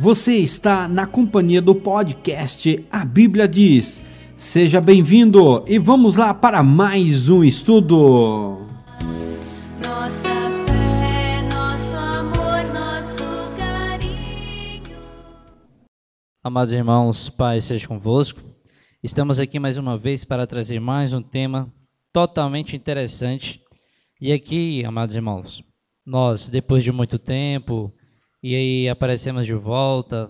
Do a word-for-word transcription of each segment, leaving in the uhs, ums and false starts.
Você está na companhia do podcast A Bíblia Diz. Seja bem-vindo e vamos lá para mais um estudo. Nossa fé, nosso amor, nosso carinho. Amados irmãos, Pai seja convosco. Estamos aqui mais uma vez para trazer mais um tema totalmente interessante. E aqui, amados irmãos, nós, depois de muito tempo, e aí aparecemos de volta,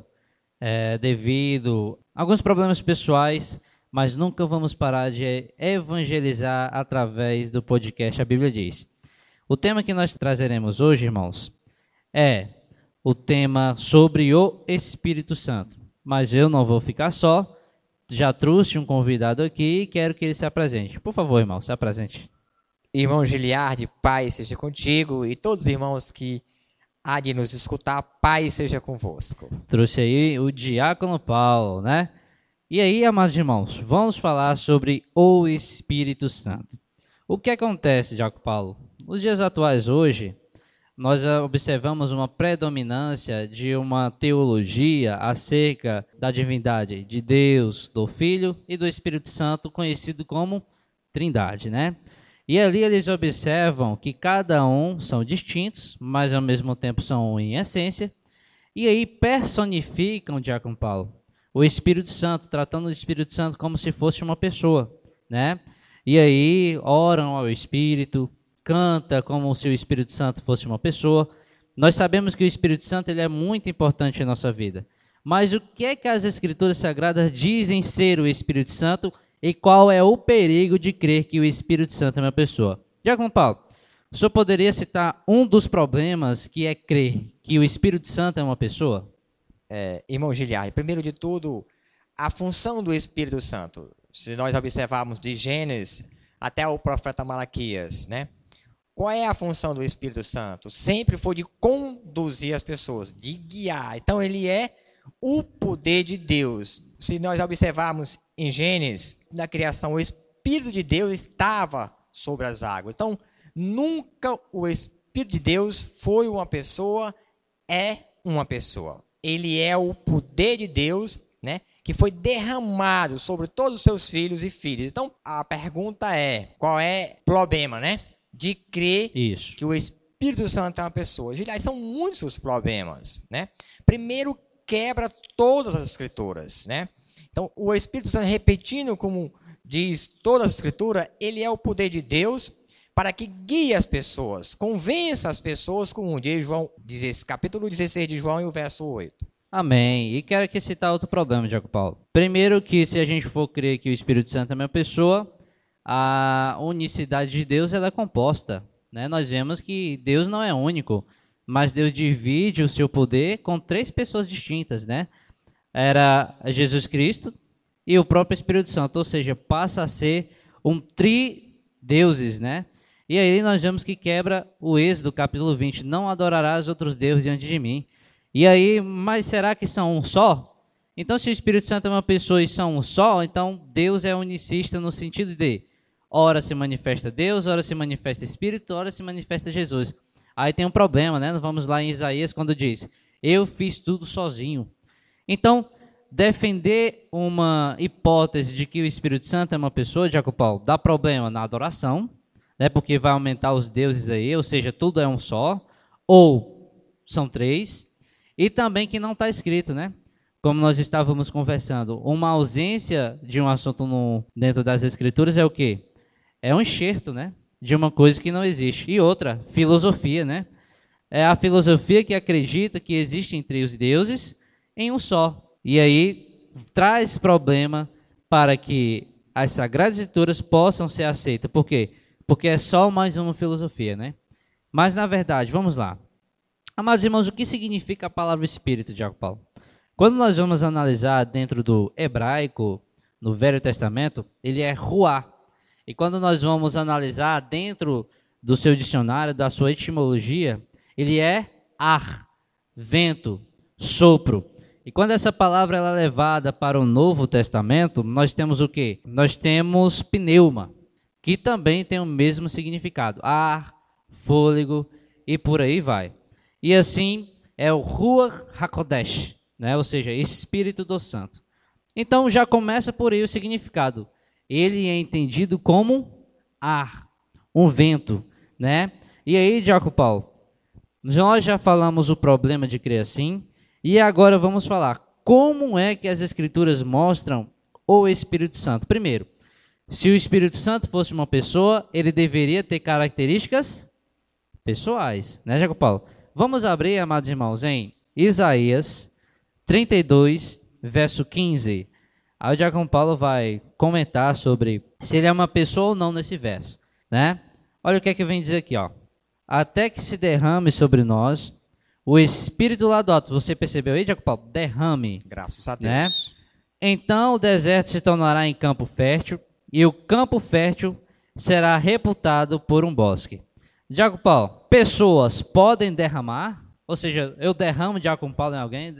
é, devido a alguns problemas pessoais, mas nunca vamos parar de evangelizar através do podcast A Bíblia Diz. O tema que nós trazeremos hoje, irmãos, é o tema sobre o Espírito Santo. Mas eu não vou ficar só, já trouxe um convidado aqui e quero que ele se apresente. Por favor, irmão, se apresente. Irmão Giliardi, paz seja contigo, e todos os irmãos que há de nos escutar, paz seja convosco. Trouxe aí o Diácono Paulo, né? E aí, amados irmãos, vamos falar sobre o Espírito Santo. O que acontece, Diácono Paulo? Nos dias atuais hoje, nós observamos uma predominância de uma teologia acerca da divindade de Deus, do Filho e do Espírito Santo, conhecido como Trindade, né? E ali eles observam que cada um são distintos, mas ao mesmo tempo são um em essência, e aí personificam, Diácono Paulo, o Espírito Santo, tratando o Espírito Santo como se fosse uma pessoa, né? E aí oram ao Espírito, canta como se o Espírito Santo fosse uma pessoa. Nós sabemos que o Espírito Santo ele é muito importante em nossa vida, mas o que é que as Escrituras Sagradas dizem ser o Espírito Santo e qual é o perigo de crer que o Espírito Santo é uma pessoa? Diácono Paulo, o senhor poderia citar um dos problemas que é crer que o Espírito Santo é uma pessoa? É, irmão Giliardi, primeiro de tudo, a função do Espírito Santo, se nós observarmos de Gênesis até o profeta Malaquias, né? Qual é a função do Espírito Santo? Sempre foi de conduzir as pessoas, de guiar. Então ele é o poder de Deus. Se nós observarmos em Gênesis, na criação, o Espírito de Deus estava sobre as águas. Então, nunca o Espírito de Deus foi uma pessoa, é uma pessoa. Ele é o poder de Deus, né, que foi derramado sobre todos os seus filhos e filhas. Então, a pergunta é, qual é o problema, né, de crer Isso. que o Espírito Santo é uma pessoa? Giliardi, são muitos os problemas, né? Primeiro, quebra todas as escrituras, né? Então, o Espírito Santo, repetindo como diz toda a Escritura, ele é o poder de Deus para que guie as pessoas, convença as pessoas, como diz João, diz capítulo dezesseis de João e o verso oito. Amém. E quero aqui citar outro problema, Diácono Paulo. Primeiro que se a gente for crer que o Espírito Santo é uma pessoa, a unicidade de Deus ela é composta, né? Nós vemos que Deus não é único, mas Deus divide o seu poder com três pessoas distintas, né? Era Jesus Cristo e o próprio Espírito Santo, ou seja, passa a ser um trideuses, né? E aí nós vemos que quebra o Êxodo, capítulo vinte, não adorarás outros deuses diante de mim. E aí, mas será que são um só? Então, se o Espírito Santo é uma pessoa e são um só, então Deus é unicista no sentido de ora se manifesta Deus, ora se manifesta Espírito, ora se manifesta Jesus. Aí tem um problema, né? Vamos lá em Isaías quando diz, eu fiz tudo sozinho. Então, defender uma hipótese de que o Espírito Santo é uma pessoa, Diácono Paulo, dá problema na adoração, né? Porque vai aumentar os deuses aí, ou seja, tudo é um só, ou são três, e também que não está escrito, né? Como nós estávamos conversando, uma ausência de um assunto no, dentro das Escrituras é o quê? É um enxerto, né? De uma coisa que não existe. E outra, filosofia, né? É a filosofia que acredita que existe entre os deuses em um só. E aí traz problema para que as Sagradas Escrituras possam ser aceitas. Por quê? Porque é só mais uma filosofia, né? Mas na verdade, vamos lá. Amados irmãos, o que significa a palavra Espírito, Diácono Paulo? Quando nós vamos analisar dentro do hebraico, no Velho Testamento, ele é ruá. E quando nós vamos analisar dentro do seu dicionário, da sua etimologia, ele é ar, vento, sopro. E quando essa palavra ela é levada para o Novo Testamento, nós temos o quê? Nós temos pneuma, que também tem o mesmo significado. Ar, fôlego e por aí vai. E assim é o Ruach HaKodesh, né? Ou seja, Espírito do Santo. Então já começa por aí o significado. Ele é entendido como ar, um vento, né? E aí, Diácono Paulo, nós já falamos o problema de crer assim, e agora vamos falar como é que as Escrituras mostram o Espírito Santo. Primeiro, se o Espírito Santo fosse uma pessoa, ele deveria ter características pessoais, né, Diácono Paulo? Vamos abrir, amados irmãos, em Isaías trinta e dois, verso quinze. Aí o Diácono Paulo vai comentar sobre se ele é uma pessoa ou não nesse verso, né? Olha o que é que vem dizer aqui, ó. Até que se derrame sobre nós o Espírito lá do alto. Você percebeu aí, Diácono Paulo? Derrame. Graças a Né? Deus. Então o deserto se tornará em campo fértil, e o campo fértil será reputado por um bosque. Diácono Paulo, pessoas podem derramar? Ou seja, eu derramo Diácono Paulo em alguém?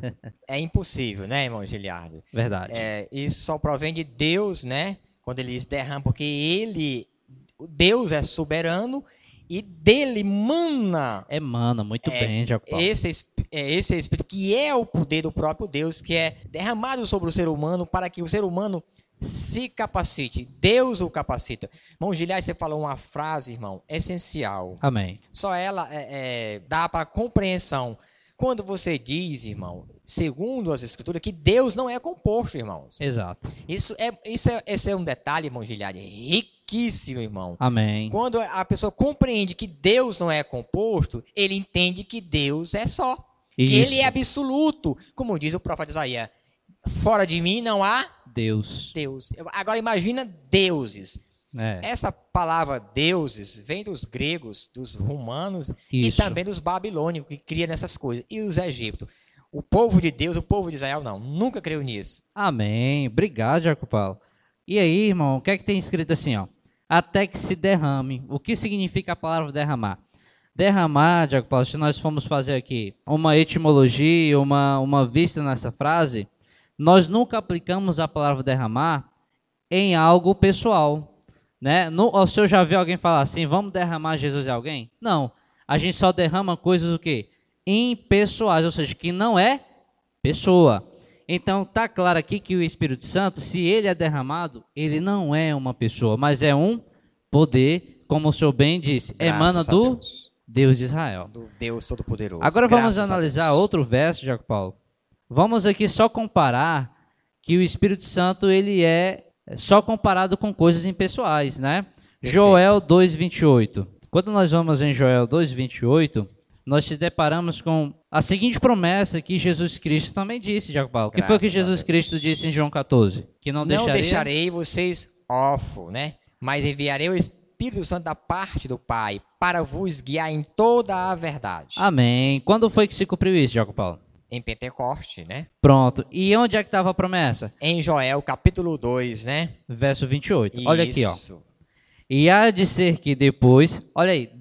É impossível, né, irmão Giliardo? Verdade. É, isso só provém de Deus, né? Quando ele diz derrama, porque ele, Deus é soberano e dele mana Emana, muito É, bem, Diácono Paulo. esse, es- é, esse Espírito que é o poder do próprio Deus, que é derramado sobre o ser humano para que o ser humano se capacite. Deus o capacita. Irmão Giliardo, você falou uma frase, irmão, essencial. Amém. Só ela é, é, dá para compreensão. Quando você diz, irmão, segundo as Escrituras, que Deus não é composto, irmãos. Exato. Isso é, isso é, esse é um detalhe, irmão Giliardo, riquíssimo, irmão. Amém. Quando a pessoa compreende que Deus não é composto, ele entende que Deus é só. Que Isso. ele é absoluto. Como diz o profeta Isaías, fora de mim não há Deus. Deus. Agora imagina deuses. É. Essa palavra deuses vem dos gregos, dos romanos e Isso. também dos babilônicos que criam nessas coisas. E os egípcios. O povo de Deus, o povo de Israel, não. Nunca creu nisso. Amém. Obrigado, Diácono Paulo. E aí, irmão, o que é que tem escrito assim, ó? Até que se derrame. O que significa a palavra derramar? Derramar, Diácono Paulo, se nós formos fazer aqui uma etimologia, uma, uma vista nessa frase, nós nunca aplicamos a palavra derramar em algo pessoal, né? No, o senhor já viu alguém falar assim, vamos derramar Jesus em alguém? Não. A gente só derrama coisas o quê? Impessoais, ou seja, que não é pessoa. Então, está claro aqui que o Espírito Santo, se ele é derramado, ele não é uma pessoa, mas é um poder, como o senhor bem disse, emana Graças a do Deus. Deus de Israel. Do Deus Todo-Poderoso. Agora vamos Graças a analisar Deus. outro verso, Diácono Paulo. Vamos aqui só comparar que o Espírito Santo, ele é só comparado com coisas impessoais, né? Perfeito. Joel dois, vinte e oito. Quando nós vamos em Joel dois, vinte e oito, nós se deparamos com a seguinte promessa que Jesus Cristo também disse, Diácono Paulo. O que foi que Graças a Jesus Deus. Cristo disse em João quatorze? Que não, Não deixaria... deixarei vocês órfãos, né? Mas enviarei o Espírito Santo da parte do Pai para vos guiar em toda a verdade. Amém. Quando foi que se cumpriu isso, Diácono Paulo? Em Pentecoste, né? Pronto. E onde é que estava a promessa? Em Joel, capítulo dois, né? Verso vinte e oito. Olha aqui, ó. Isso. E há de ser que depois, olha aí,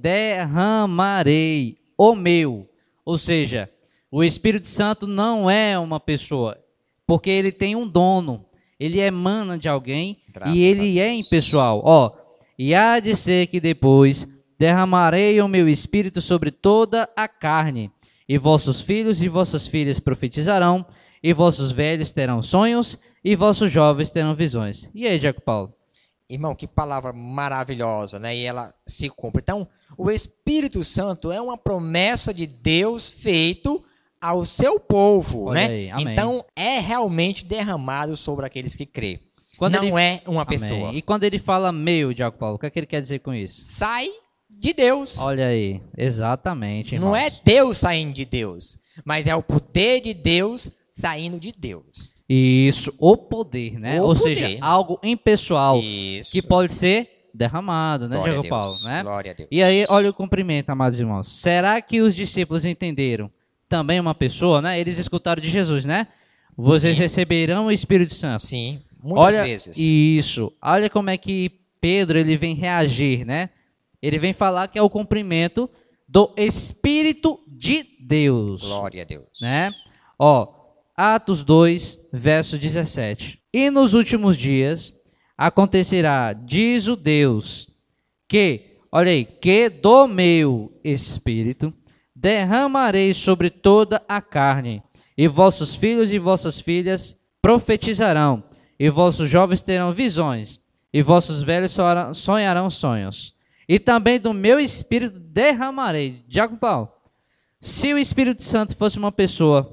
derramarei o meu. Ou seja, o Espírito Santo não é uma pessoa, porque ele tem um dono. Ele emana de alguém Graças e ele a é Deus. impessoal. Ó, e há de ser que depois derramarei o meu Espírito sobre toda a carne. E vossos filhos e vossas filhas profetizarão, e vossos velhos terão sonhos, e vossos jovens terão visões. E aí, Diácono Paulo? Irmão, que palavra maravilhosa, né? E ela se cumpre. Então, o Espírito Santo é uma promessa de Deus feito ao seu povo, Olha né? aí, amém. Então, é realmente derramado sobre aqueles que crê. Quando Não ele- é uma pessoa. Amém. E quando ele fala meu, Diácono Paulo, o que é que ele quer dizer com isso? Sai de Deus. Olha aí, exatamente, Não é irmãos. Deus saindo de Deus, mas é o poder de Deus saindo de Deus. Isso, o poder, né? O Ou poder. seja, algo impessoal Isso. que pode ser derramado, né, Glória a Diácono Deus. Paulo, né? Glória a Deus. E aí, olha o cumprimento, amados irmãos. Será que os discípulos entenderam também uma pessoa, né? Eles escutaram de Jesus, né? Vocês Sim. receberão o Espírito Santo. Sim, muitas Olha, vezes. Isso. Olha como é que Pedro ele vem reagir, né? Ele vem falar que é o cumprimento do Espírito de Deus, Glória a Deus. né? Ó, Atos dois, verso dezessete. E nos últimos dias acontecerá, diz o Deus, que, olha aí, que do meu Espírito derramarei sobre toda a carne, E vossos filhos e vossas filhas profetizarão, e vossos jovens terão visões, e vossos velhos sonharão- sonharão sonhos. E também do meu Espírito derramarei. Diácono Paulo, se o Espírito Santo fosse uma pessoa,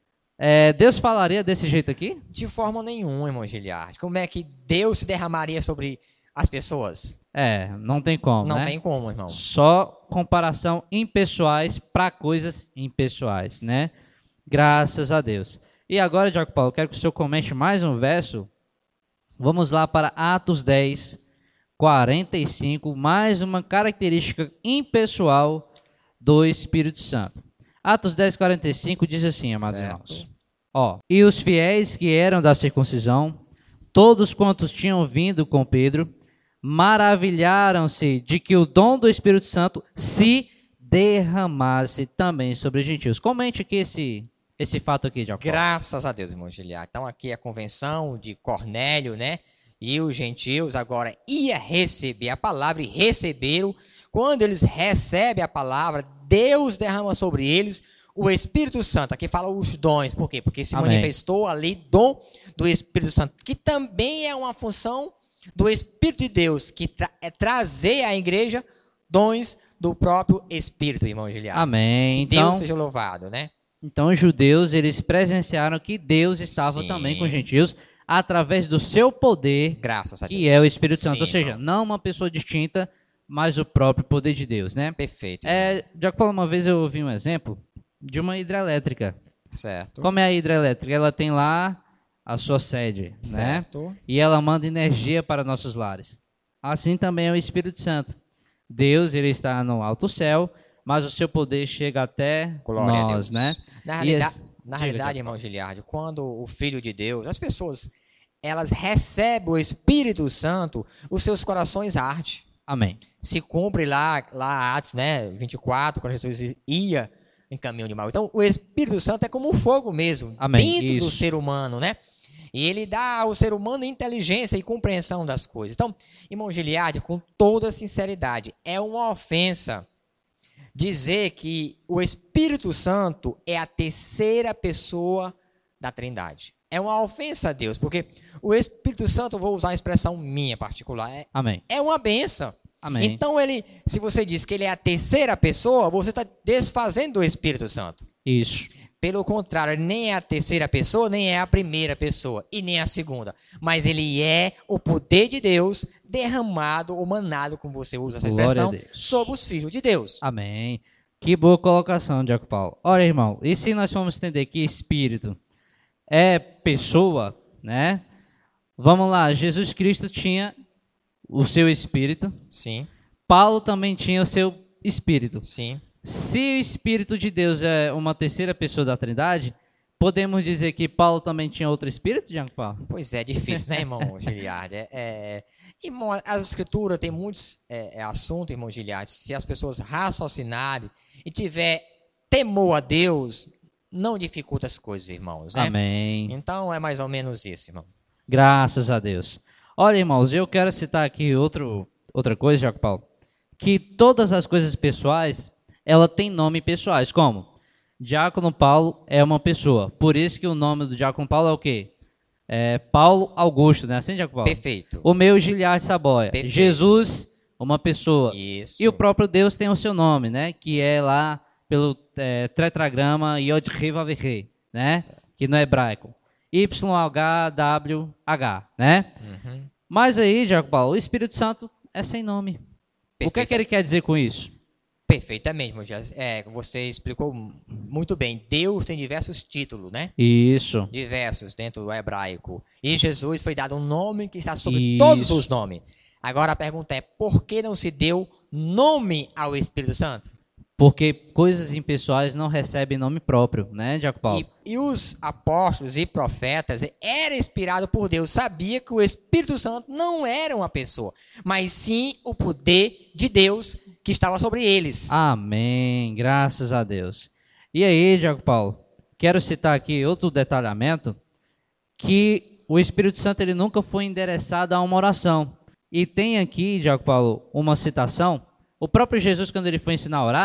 é, Deus falaria desse jeito aqui? De forma nenhuma, irmão Giliardi. Como é que Deus se derramaria sobre as pessoas? É, não tem como, Não né? tem como, irmão. Só comparação impessoais para coisas impessoais, né? Graças a Deus. E agora, Diácono Paulo, quero que o senhor comente mais um verso. Vamos lá para Atos dez, quarenta e cinco, mais uma característica impessoal do Espírito Santo. Atos dez, quarenta e cinco diz assim, amados Certo. irmãos. Ó, e os fiéis que eram da circuncisão, todos quantos tinham vindo com Pedro, maravilharam-se de que o dom do Espírito Santo se derramasse também sobre os gentios. Comente aqui esse, esse fato aqui, Diácono Paulo. Graças a Deus, irmão Giliardi. Então aqui é a convenção de Cornélio, né? E os gentios agora ia receber a palavra e receberam. Quando eles recebem a palavra, Deus derrama sobre eles o Espírito Santo. Aqui fala os dons. Por quê? Porque se Amém. manifestou ali dom do Espírito Santo, que também é uma função do Espírito de Deus, que tra é trazer à igreja dons do próprio Espírito, irmão Giliardi. Amém. Que Então, Deus seja louvado, né? então, os judeus, eles presenciaram que Deus estava Sim. também com os gentios através do seu poder, Graças a Deus. que é o Espírito Santo. Sim, Ou seja, irmão. não uma pessoa distinta, mas o próprio poder de Deus, né? Perfeito. É, Diácono Paulo, uma vez eu ouvi um exemplo de uma hidrelétrica. Certo. Como é a hidrelétrica? Ela tem lá a sua sede, né? Certo. E ela manda energia para nossos lares. Assim também é o Espírito Santo. Deus, ele está no alto céu, mas o seu poder chega até Glória a nós, Deus. né? Na E realidade, esse- na Diga, realidade Diácono irmão Giliardi, quando o Filho de Deus, as pessoas, elas recebem o Espírito Santo, os seus corações ardem. Amém. Se cumpre lá, lá Atos, né, vinte e quatro, quando Jesus ia em caminho de mal. Então, o Espírito Santo é como um fogo mesmo, Amém, dentro do isso. ser humano, né? E ele dá ao ser humano inteligência e compreensão das coisas. Então, irmão Giliardi, com toda sinceridade, é uma ofensa dizer que o Espírito Santo é a terceira pessoa da Trindade. É uma ofensa a Deus, porque o Espírito Santo, eu vou usar uma expressão minha particular, é, Amém. é uma benção. Amém. Então, ele, se você diz que ele é a terceira pessoa, você está desfazendo o Espírito Santo. Isso. Pelo contrário, ele nem é a terceira pessoa, nem é a primeira pessoa, e nem a segunda. Mas ele é o poder de Deus derramado ou manado, como você usa essa Glória a expressão, Deus. sobre os filhos de Deus. Amém. Que boa colocação, Diácono Paulo. Olha, irmão, e se nós formos entender que espírito é pessoa, né? Vamos lá, Jesus Cristo tinha o seu espírito, Sim, Paulo também tinha o seu espírito. sim. Se o Espírito de Deus é uma terceira pessoa da Trindade, podemos dizer que Paulo também tinha outro espírito, Diácono Paulo? Pois é, difícil, né, irmão Giliardi? É, é, irmão, as escrituras tem muitos é, é, assuntos, irmão Giliardi. Se as pessoas raciocinarem e tiver temor a Deus, não dificulta as coisas, irmãos, né? Amém. Então é mais ou menos isso, irmão. Graças a Deus. Olha, irmãos, eu quero citar aqui outro, outra coisa, Diácono Paulo, que todas as coisas pessoais, ela tem nome pessoais, como? Diácono Paulo é uma pessoa, por isso que o nome do Diácono Paulo é o quê? É Paulo Augusto, né? Assim, Diácono Paulo? Perfeito. O meu Giliardi Saboia. Perfeito. Jesus, uma pessoa. Isso. E o próprio Deus tem o seu nome, né? Que é lá pelo é, tetragrama Yod He Vav He, né? Que no hebraico. Y H W H, né? Uhum. Mas aí, Diácono Paulo, o Espírito Santo é sem nome. O que, é Perfeito. que ele quer dizer com isso? Perfeitamente, irmão Giliardi. É, você explicou muito bem. Deus tem diversos títulos, né? Isso. Diversos dentro do hebraico. E Jesus foi dado um nome que está sobre Isso. todos os nomes. Agora a pergunta é, por que não se deu nome ao Espírito Santo? Porque coisas impessoais não recebem nome próprio, né, Diácono Paulo? E, e os apóstolos e profetas eram inspirados por Deus, sabia que o Espírito Santo não era uma pessoa, mas sim o poder de Deus que estava sobre eles. Amém, graças a Deus. E aí, Diácono Paulo, quero citar aqui outro detalhamento, que o Espírito Santo ele nunca foi endereçado a uma oração. E tem aqui, Diácono Paulo, uma citação. O próprio Jesus, quando ele foi ensinar a orar,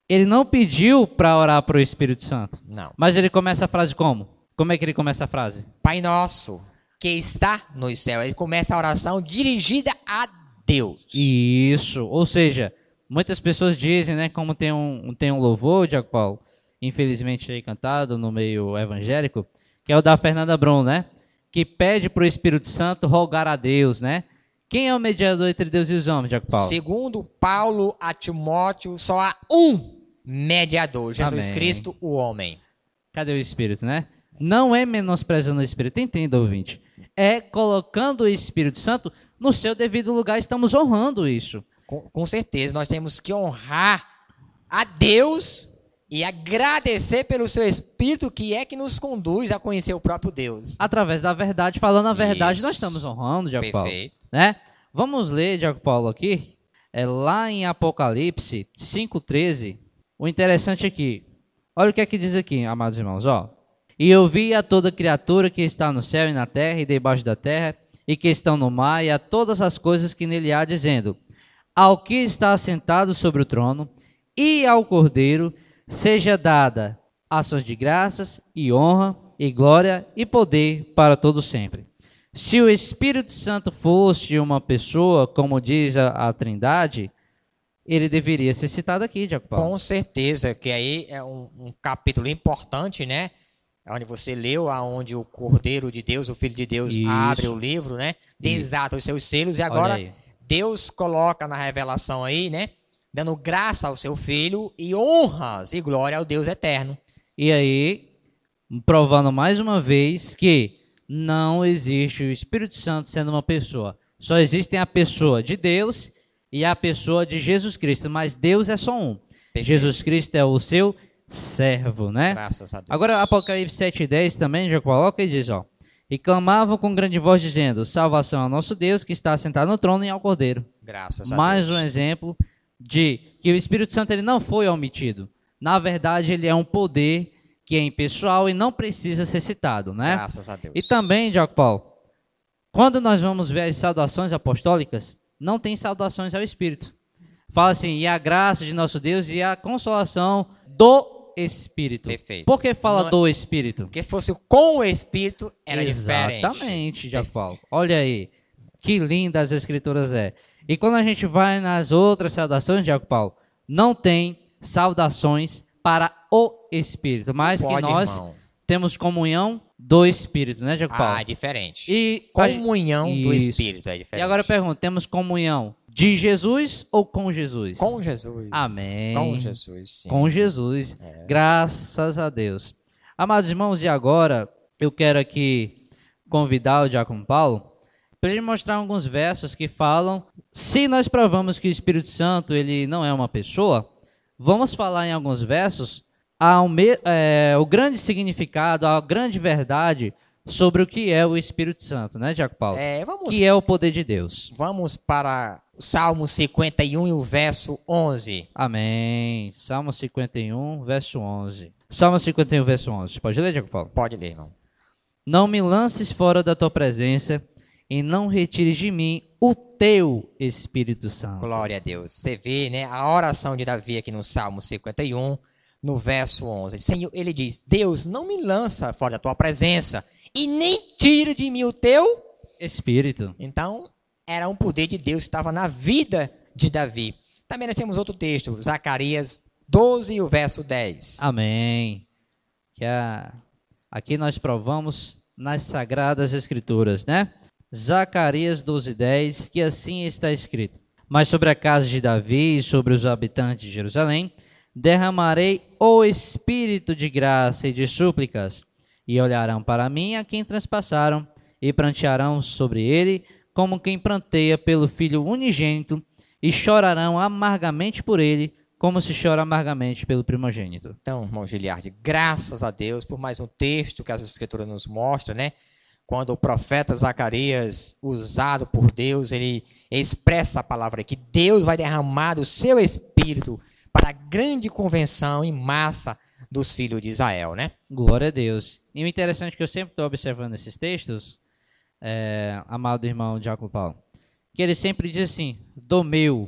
ele não pediu para orar para o Espírito Santo. Não. Mas ele começa a frase como? Como é que ele começa a frase? Pai nosso, que está no céu. Ele começa a oração dirigida a Deus. Isso. Ou seja, muitas pessoas dizem, né, como tem um, tem um louvor, Diaco Paulo, infelizmente aí cantado no meio evangélico, que é o da Fernanda Brum, né? Que pede para o Espírito Santo rogar a Deus, né? Quem é o mediador entre Deus e os homens, Diaco Paulo? Segundo Paulo a Timóteo, só há um mediador, Jesus Amém. Cristo, o homem. Cadê o Espírito, né? Não é menosprezando o Espírito, entenda, ouvinte. É colocando o Espírito Santo no seu devido lugar, estamos honrando isso. Com, com certeza, nós temos que honrar a Deus e agradecer pelo seu Espírito, que é que nos conduz a conhecer o próprio Deus. Através da verdade, falando a verdade, Isso. nós estamos honrando, Diaco Paulo. Perfeito. Né? Vamos ler, Diaco Paulo, aqui, é lá em Apocalipse cinco, treze. O interessante aqui, olha o que é que diz aqui, amados irmãos, ó. E eu vi a toda criatura que está no céu e na terra e debaixo da terra, e que estão no mar, e a todas as coisas que nele há, dizendo: ao que está assentado sobre o trono, e ao Cordeiro, seja dada ações de graças, e honra, e glória, e poder para todo sempre. Se o Espírito Santo fosse uma pessoa, como diz a, a Trindade, ele deveria ser citado aqui, Diaco Paulo. Com certeza, que aí é um, um capítulo importante, né? Onde você leu, aonde o Cordeiro de Deus, o Filho de Deus, Isso. abre o livro, né? Desata os seus selos, e agora Olha aí. Deus coloca na revelação aí, né? Dando graça ao seu Filho e honras e glória ao Deus eterno. E aí, provando mais uma vez que não existe o Espírito Santo sendo uma pessoa. Só existem a pessoa de Deus e a pessoa de Jesus Cristo, mas Deus é só um. Perfeito. Jesus Cristo é o seu servo, né? Graças a Deus. Agora, Apocalipse sete, dez também já coloca e diz, ó: e clamavam com grande voz dizendo: salvação ao nosso Deus que está sentado no trono e ao Cordeiro. Graças a Mais Deus. um exemplo de que o Espírito Santo ele não foi omitido. Na verdade, ele é um poder que é impessoal e não precisa ser citado, né? Graças a Deus. E também, Diaco Paulo, quando nós vamos ver as saudações apostólicas, não tem saudações ao Espírito. Fala assim: e a graça de nosso Deus e a consolação do Espírito. Perfeito. Por que fala Não- do Espírito? Porque se fosse com o Espírito, era diferente. Exatamente, Diaco Paulo. Olha aí, que linda as Escrituras é. E quando a gente vai nas outras saudações, Diaco Paulo, não tem saudações para o Espírito, mas que Pode, nós irmão. temos comunhão do Espírito, né, Diaco Paulo? Ah, é diferente. E a gente- Comunhão do Isso. Espírito é diferente. E agora eu pergunto, temos comunhão de Jesus ou com Jesus? Com Jesus. Amém. Com Jesus, sim. Com Jesus, É. graças a Deus. Amados irmãos, e agora eu quero aqui convidar o Diácono Paulo para ele mostrar alguns versos que falam, se nós provamos que o Espírito Santo ele não é uma pessoa, vamos falar em alguns versos ao me, é, o grande significado, a grande verdade sobre o que é o Espírito Santo, né, Diácono Paulo? É, vamos, Que é o poder de Deus. vamos para o Salmo cinquenta e um e o verso onze. Amém. Salmo cinquenta e um, verso onze. Salmo cinquenta e um, verso onze. Pode ler, Diácono Paulo? Pode ler, irmão. Não me lances fora da tua presença e não retires de mim o teu Espírito Santo. Glória a Deus. Você vê, né, a oração de Davi aqui no Salmo cinquenta e um, no verso onze. Senhor, ele diz: Deus, não me lança fora da tua presença e nem tira de mim o teu. Espírito. Então, era um poder de Deus que estava na vida de Davi. Também nós temos outro texto, Zacarias doze e o verso dez. Amém. Que a... Aqui nós provamos nas Sagradas Escrituras, né? Zacarias doze, dez, que assim está escrito: mas sobre a casa de Davi e sobre os habitantes de Jerusalém derramarei o espírito de graça e de súplicas, e olharão para mim a quem transpassaram, e prantearão sobre ele como quem pranteia pelo filho unigênito, e chorarão amargamente por ele, como se chora amargamente pelo primogênito. Então, irmão Giliardi, graças a Deus por mais um texto que as Escrituras nos mostram, né? Quando o profeta Zacarias, usado por Deus, ele expressa a palavra que Deus vai derramar do seu espírito para a grande convenção em massa dos filhos de Israel, né? Glória a Deus. E o interessante é que eu sempre estou observando esses textos, é, amado irmão Diácono Paulo, que ele sempre diz assim: do meu,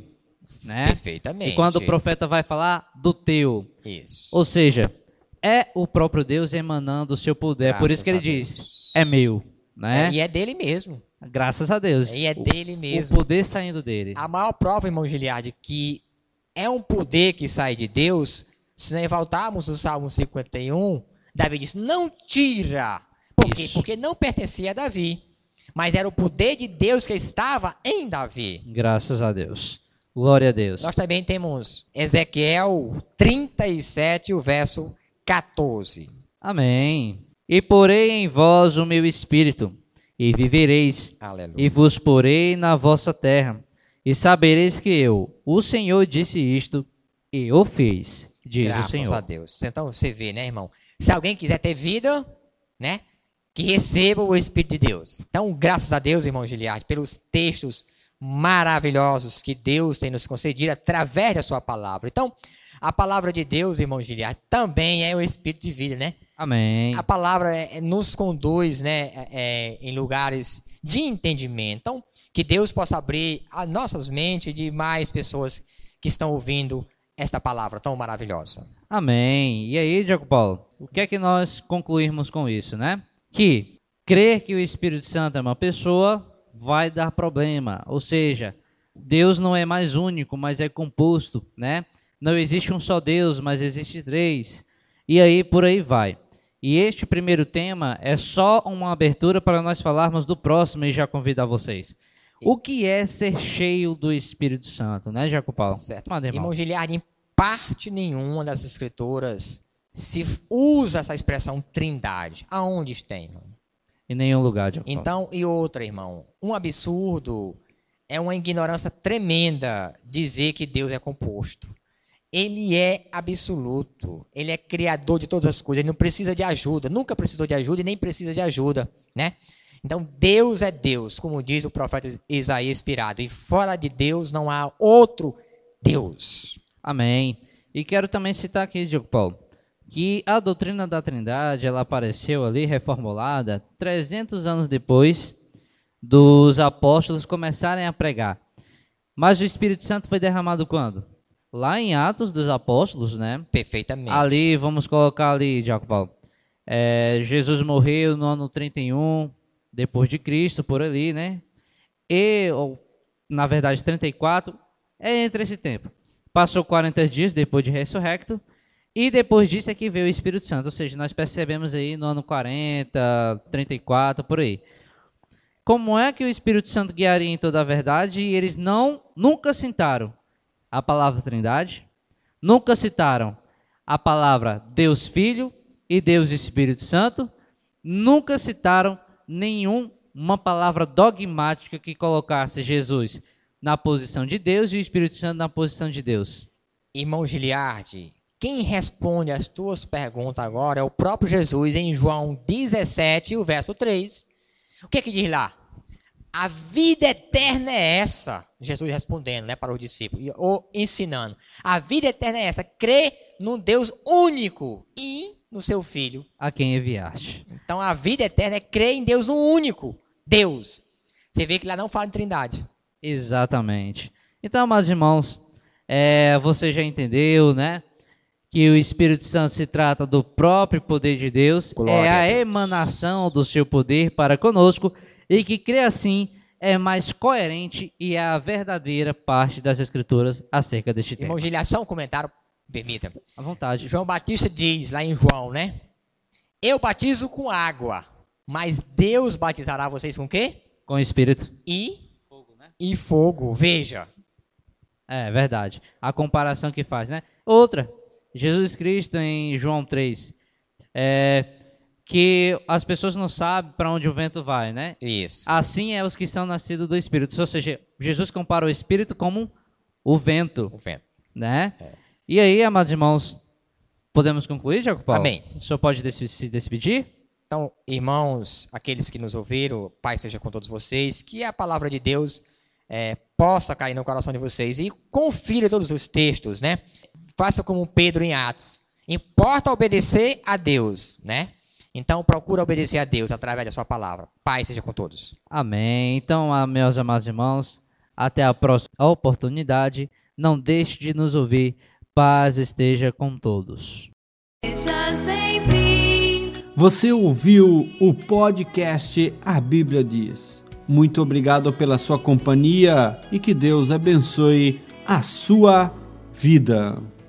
né? Perfeitamente. E quando o profeta vai falar do teu, Isso. ou seja, é o próprio Deus emanando o seu poder. É por Graças isso que ele a diz, Deus. é meu, né? É, e é dele mesmo. Graças a Deus. E é O- dele O mesmo. poder saindo dele. A maior prova, irmão Giliardi, que é um poder que sai de Deus, se nós voltarmos no Salmo cinquenta e um, Davi diz, não tira. Por quê? Isso. Porque não pertencia a Davi. Mas era o poder de Deus que estava em Davi. Graças a Deus. Glória a Deus. Nós também temos Ezequiel trinta e sete, o verso quatorze. Amém. E porei em vós o meu espírito, e vivereis, Aleluia. e vos porei na vossa terra, e sabereis que eu, o Senhor, disse isto, e o fiz, diz Graças o Senhor. a Deus. Então você vê, né, irmão? Se alguém quiser ter vida, né, que receba o Espírito de Deus. Então, graças a Deus, irmão Giliardi, pelos textos maravilhosos que Deus tem nos concedido através da sua palavra. Então, a palavra de Deus, irmão Giliardi, também é o Espírito de vida, né? Amém. A palavra é, é, nos conduz, né, é, é, em lugares de entendimento. Então, que Deus possa abrir as nossas mentes de mais pessoas que estão ouvindo esta palavra tão maravilhosa. Amém. E aí, Diaco Paulo, o que é que nós concluirmos com isso, né? Que crer que o Espírito Santo é uma pessoa vai dar problema. Ou seja, Deus não é mais único, mas é composto, né? Não existe um só Deus, mas existe três. E aí, por aí vai. E este primeiro tema é só uma abertura para nós falarmos do próximo e já convidar vocês. O que é ser cheio do Espírito Santo, né, Diaco Paulo? Certo. Manda, irmão. Irmão Giliardi, em parte nenhuma das escrituras se usa essa expressão trindade. Aonde tem, irmão? Em nenhum lugar, Diaco Paulo. Então, e outra, irmão, um absurdo, é uma ignorância tremenda dizer que Deus é composto. Ele é absoluto, ele é criador de todas as coisas, ele não precisa de ajuda, nunca precisou de ajuda e nem precisa de ajuda, né? Então, Deus é Deus, como diz o profeta Isaías inspirado, e fora de Deus não há outro Deus. Amém. E quero também citar aqui, Diaco Paulo, que a doutrina da Trindade, ela apareceu ali reformulada trezentos anos depois dos apóstolos começarem a pregar. Mas o Espírito Santo foi derramado quando? Lá em Atos dos Apóstolos, né? Perfeitamente. Ali, vamos colocar ali, Diaco Paulo, é, Jesus morreu no ano trinta e um, depois de Cristo, por ali, né? E, ou, na verdade, trinta e quatro, é entre esse tempo. Passou quarenta dias depois de ressurrecto, e depois disso é que veio o Espírito Santo, ou seja, nós percebemos aí no ano quarenta, trinta e quatro, por aí. Como é que o Espírito Santo guiaria em toda a verdade e eles não, nunca citaram a palavra Trindade, nunca citaram a palavra Deus Filho e Deus Espírito Santo, nunca citaram nenhuma palavra dogmática que colocasse Jesus na posição de Deus e o Espírito Santo na posição de Deus. Irmão Giliardi, quem responde as tuas perguntas agora é o próprio Jesus em João dezessete, o verso três. O que é que diz lá? A vida eterna é essa, Jesus respondendo, né, para os discípulos, ou ensinando. A vida eterna é essa, crer num Deus único e no seu Filho. A quem enviaste. Então a vida eterna é crer em Deus no único, Deus. Você vê que lá não fala em trindade. Exatamente. Então, amados irmãos, é, você já entendeu, né? Que o Espírito Santo se trata do próprio poder de Deus, Glória é a a Deus. emanação do seu poder para conosco, e que crer assim é mais coerente e é a verdadeira parte das Escrituras acerca deste tema. Irmão Giliardi, só um comentário, permita. À vontade. João Batista diz lá em João, né? Eu batizo com água, mas Deus batizará vocês com quê? Com o Espírito. E, Fogo, né? e fogo. Veja. É verdade. A comparação que faz, né? Outra, Jesus Cristo em João três, é, que as pessoas não sabem para onde o vento vai, né? Isso. Assim é os que são nascidos do Espírito. Ou seja, Jesus compara o Espírito como o vento, O vento. né? E aí, amados irmãos, podemos concluir, Diaco Paulo? Amém. O senhor pode des- se despedir? Então, irmãos, aqueles que nos ouviram, Pai seja com todos vocês, que a palavra de Deus é, possa cair no coração de vocês e confira todos os textos, né? Faça como Pedro em Atos. Importa obedecer a Deus, né? Então, procura obedecer a Deus através da sua palavra. Pai seja com todos. Amém. Então, ah, meus amados irmãos, até a próxima oportunidade. Não deixe de nos ouvir. Paz esteja com todos. Sejas bem-vindo. Você ouviu o podcast A Bíblia Diz. Muito obrigado pela sua companhia e que Deus abençoe a sua vida.